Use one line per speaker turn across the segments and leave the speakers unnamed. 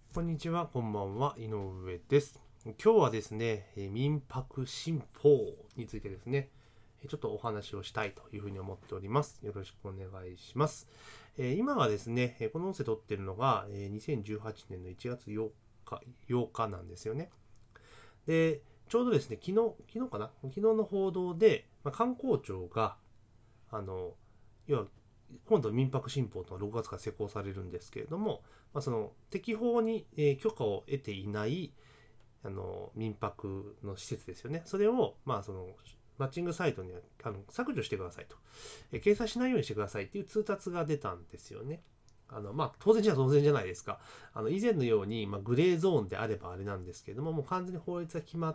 こんにちは、こんばんは、井上です。今日はですね、民泊新法についてですね、ちょっとお話をしたいというふうに思っております。よろしくお願いします。今がですね、この音声撮ってるのが2018年の1月8日なんですよね。で、ちょうどですね、昨日かな昨日の報道で、観光庁が、あの、要は今度民泊新法とは6月から施行されるんですけれども、その適法に、許可を得ていない民泊の施設ですよね。それを、そのマッチングサイトに削除してくださいと、掲載しないようにしてくださいっていう通達が出たんですよね。当然じゃないですか。以前のように、グレーゾーンであればあれなんですけれども、もう完全に法律が決まって、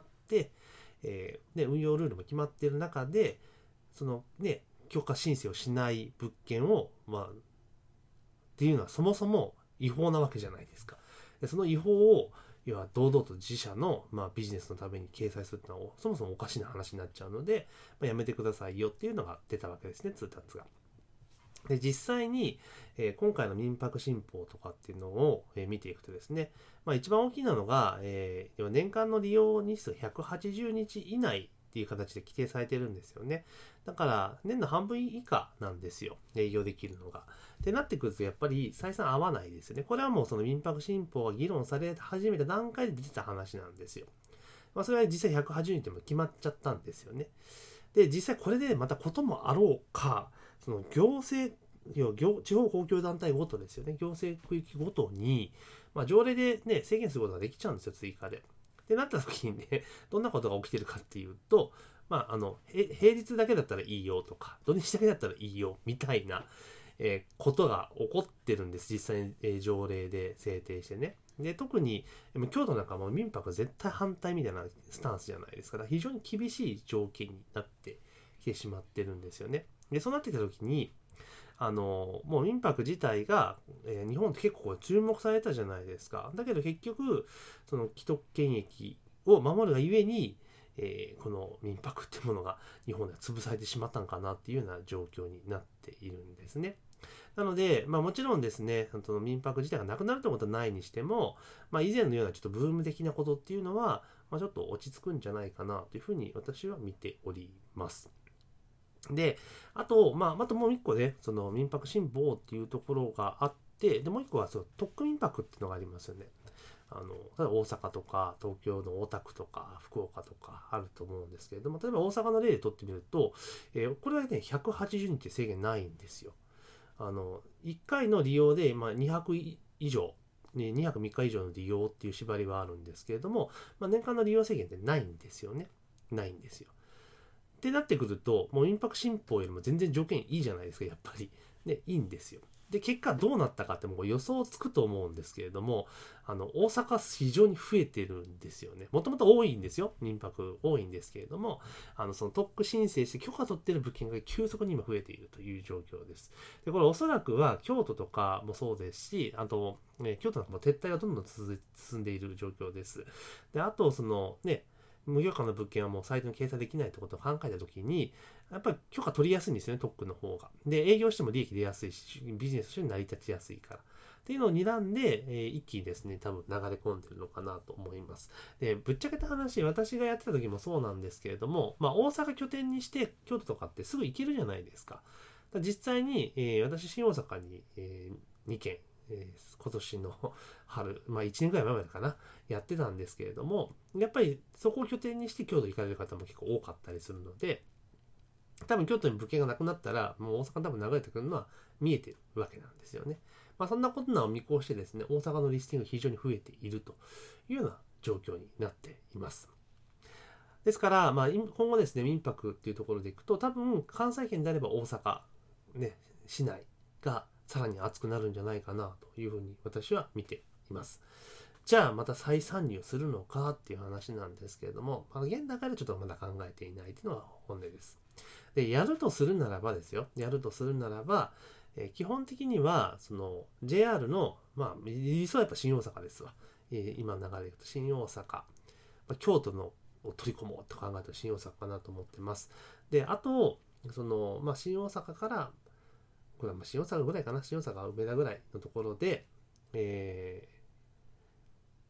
運用ルールも決まっている中で、そのね、許可申請をしない物件を、っていうのはそもそも違法なわけじゃないですか。でその違法を、要は堂々と自社の、ビジネスのために掲載するっていうのは、そもそもおかしな話になっちゃうので、やめてくださいよっていうのが出たわけですね、通達が。で、実際に、今回の民泊新法とかっていうのを、見ていくとですね、一番大きなのが、年間の利用日数180日以内っていう形で規定されてるんですよね。だから、年の半分以下なんですよ。営業できるのが。ってなってくると、やっぱり採算合わないですよね。これはもうその民泊新法が議論され始めた段階で出てた話なんですよ。それは実際180日でも決まっちゃったんですよね。で、実際これでまたこともあろうか、その行政、地方公共団体ごとですよね、行政区域ごとに、条例でね、制限することができちゃうんですよ、追加で。ってなった時にね、どんなことが起きてるかっていうと、平日だけだったらいいよとか、土日だけだったらいいよみたいな、ことが起こってるんです、実際に、条例で制定してね。で、特に、京都なんかも民泊絶対反対みたいなスタンスじゃないですから、非常に厳しい条件になってきてしまってるんですよね。で、そうなってきた時に、もう民泊自体が、日本って結構注目されたじゃないですか。だけど結局、その既得権益を守るがゆえに、この民泊っていうものが日本では潰されてしまったのかなっていうような状況になっているんですね。なので、もちろんですね、その民泊自体がなくなるということはないにしても、以前のようなちょっとブーム的なことっていうのは、ちょっと落ち着くんじゃないかなというふうに私は見ております。で、あともう一個ね、その民泊新法っていうところがあって、で、もう一個はその特区民泊っていうのがありますよね。例えば大阪とか東京の大田区とか福岡とかあると思うんですけれども、例えば大阪の例で取ってみると、これはね、180日制限ないんですよ。1回の利用で、2泊以上、ね、2泊3日以上の利用っていう縛りはあるんですけれども、年間の利用制限ってないんですよね。ないんですよ。ってなってくると、もう民泊新法よりも全然条件いいじゃないですか、やっぱり。ね、いいんですよ。で、結果どうなったかってもう予想つくと思うんですけれども、大阪非常に増えてるんですよね。もともと多いんですよ。民泊多いんですけれども、その特区申請して許可取ってる物件が急速に今増えているという状況です。で、これおそらくは京都とかもそうですし、あと、京都なんかも撤退がどんどん進んでいる状況です。で、あと、そのね、無許可の物件はもうサイトに掲載できないってことを考えたときに、やっぱり許可取りやすいんですよね、特区の方が。で、営業しても利益出やすいし、ビジネスとして成り立ちやすいから。っていうのを睨んで、一気にですね、多分流れ込んでるのかなと思います。で、ぶっちゃけた話、私がやってた時もそうなんですけれども、大阪拠点にして京都とかってすぐ行けるじゃないですか。実際に、私、新大阪に、2軒、今年の春、1年ぐらい前までかな、やってたんですけれども、やっぱりそこを拠点にして京都行かれる方も結構多かったりするので、多分京都に物件がなくなったら、もう大阪に多分流れてくるのは見えてるわけなんですよね。そんなことなのを見越してですね、大阪のリスティングが非常に増えているというような状況になっています。ですから、今後ですね、民泊っていうところでいくと、多分関西圏であれば大阪、ね、市内がさらに熱くなるんじゃないかなというふうに私は見ています。じゃあまた再参入するのかっていう話なんですけれども、現段階でちょっとまだ考えていないというのが本音です。で、やるとするならばですよ。やるとするならば、基本的には、その JR の、理想はやっぱ新大阪ですわ。今の流れでいくと新大阪、京都のを取り込もうと考えたら新大阪かなと思ってます。で、あと、その、新大阪から、これは新大阪ぐらいかな、新大阪梅田ぐらいのところで、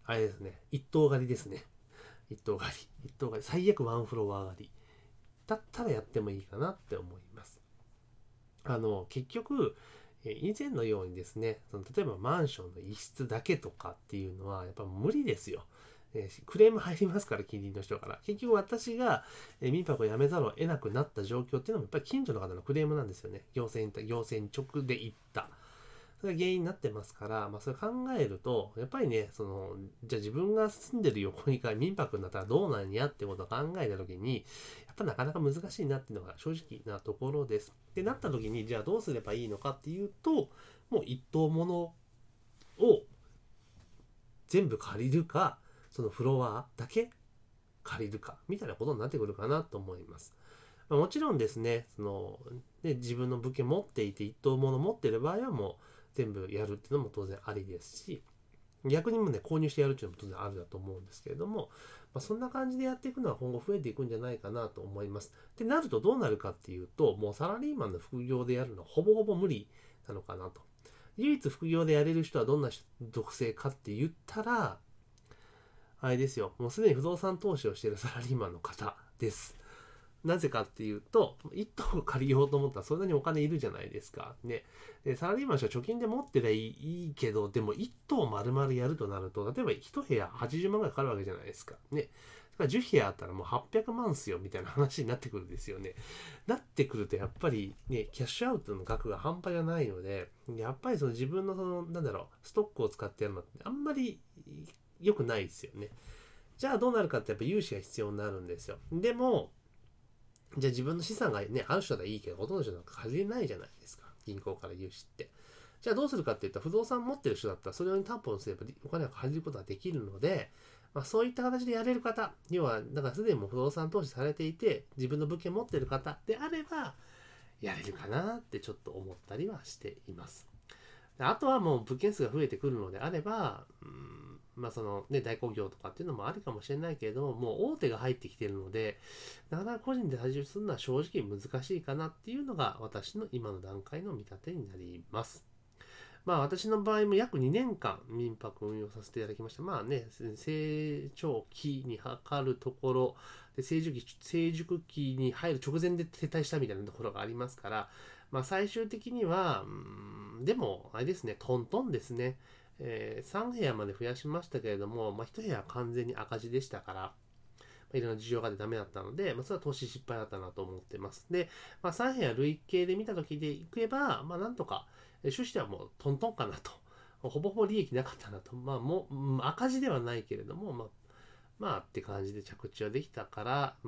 あれですね、一棟借りですね。一棟借り。最悪ワンフロア借り。だったらやってもいいかなって思います。結局、以前のようにですね、例えばマンションの一室だけとかっていうのはやっぱ無理ですよ。クレーム入りますから、近隣の人から。結局私が民泊を辞めざるを得なくなった状況っていうのもやっぱり近所の方のクレームなんですよね。行政に直で行った。それが原因になってますから、それ考えると、やっぱりね、じゃあ自分が住んでる横にから民泊になったらどうなんやってことを考えたときに、やっぱなかなか難しいなっていうのが正直なところです。で、なったときに、じゃあどうすればいいのかっていうと、もう一棟ものを全部借りるか、そのフロアだけ借りるか、みたいなことになってくるかなと思います。もちろんですね、自分の物件持っていて一棟もの持っている場合はもう全部やるっていうのも当然ありですし、逆にもね、購入してやるっていうのも当然あるだと思うんですけれども、そんな感じでやっていくのは今後増えていくんじゃないかなと思います。ってなるとどうなるかっていうと、もうサラリーマンの副業でやるのはほぼほぼ無理なのかなと。唯一副業でやれる人はどんな属性かって言ったら、あれですよ、もうすでに不動産投資をしているサラリーマンの方です。なぜかっていうと、一棟借りようと思ったらそんなにお金いるじゃないですか。ね。で、サラリーマンの人は貯金で持ってりゃいいけど、でも一棟丸々やるとなると、例えば一部屋80万ぐらいかかるわけじゃないですか。ね。だから10部屋あったらもう800万っすよみたいな話になってくるんですよね。なってくるとやっぱりね、キャッシュアウトの額が半端じゃないので、やっぱり自分のストックを使ってやるのってあんまり良くないですよね。じゃあどうなるかってやっぱ融資が必要になるんですよ。でも、じゃあ自分の資産がね、ある人ならいいけど、ほとんどの人なんか借りれないじゃないですか。銀行から融資って。じゃあどうするかって言ったら、不動産持ってる人だったら、それに担保すればお金を借りることができるので、そういった形でやれる方、要は、だからすでにもう不動産投資されていて、自分の物件持ってる方であれば、やれるかなってちょっと思ったりはしています。あとはもう物件数が増えてくるのであれば、代行業とかっていうのもあるかもしれないけれども、もう大手が入ってきているので、なかなか個人で対応するのは正直難しいかなっていうのが私の今の段階の見立てになります。私の場合も約2年間民泊運用させていただきました。成長期に測るところで成熟期に入る直前で撤退したみたいなところがありますから、最終的には、でも、あれですね、トントンですね。3部屋まで増やしましたけれども、1部屋は完全に赤字でしたから、いろんな事情があってダメだったので、それは投資失敗だったなと思ってます。で、3部屋累計で見たときでいけば、なんとか、趣旨ではもうトントンかなと。ほぼほぼ利益なかったなと。もう赤字ではないけれども、って感じで着地はできたから、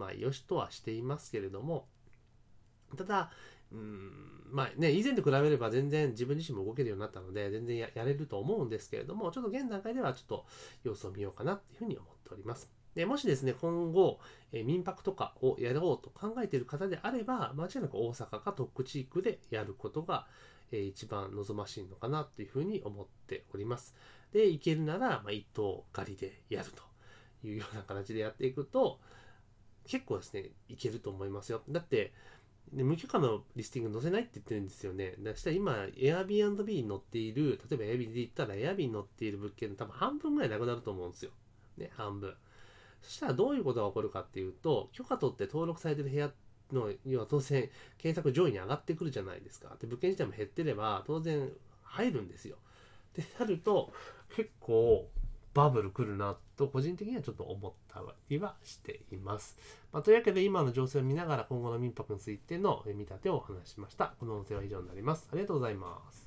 よしとはしていますけれども、ただ、以前と比べれば全然自分自身も動けるようになったので、全然やれると思うんですけれども、ちょっと現段階ではちょっと様子を見ようかなっていうふうに思っております。でもしですね、今後、民泊とかをやろうと考えている方であれば、間違いなく大阪か特区地域でやることが、一番望ましいのかなというふうに思っております。で、行けるなら、一棟借りでやるというような形でやっていくと、結構ですね、いけると思いますよ。だって、無許可のリスティング載せないって言ってるんですよね。だから今、Airbnb に載っている、例えば Airbnb で言ったら Airbnb に載っている物件の多分半分ぐらいなくなると思うんですよ。ね、半分。そしたらどういうことが起こるかっていうと、許可取って登録されてる部屋の、要は当然、検索上位に上がってくるじゃないですか。で、物件自体も減ってれば、当然入るんですよ。ってなると、結構、バブル来るなと個人的にはちょっと思ったりはしています。というわけで今の情勢を見ながら今後の民泊についての見立てをお話ししました。この音声は以上になります。ありがとうございます。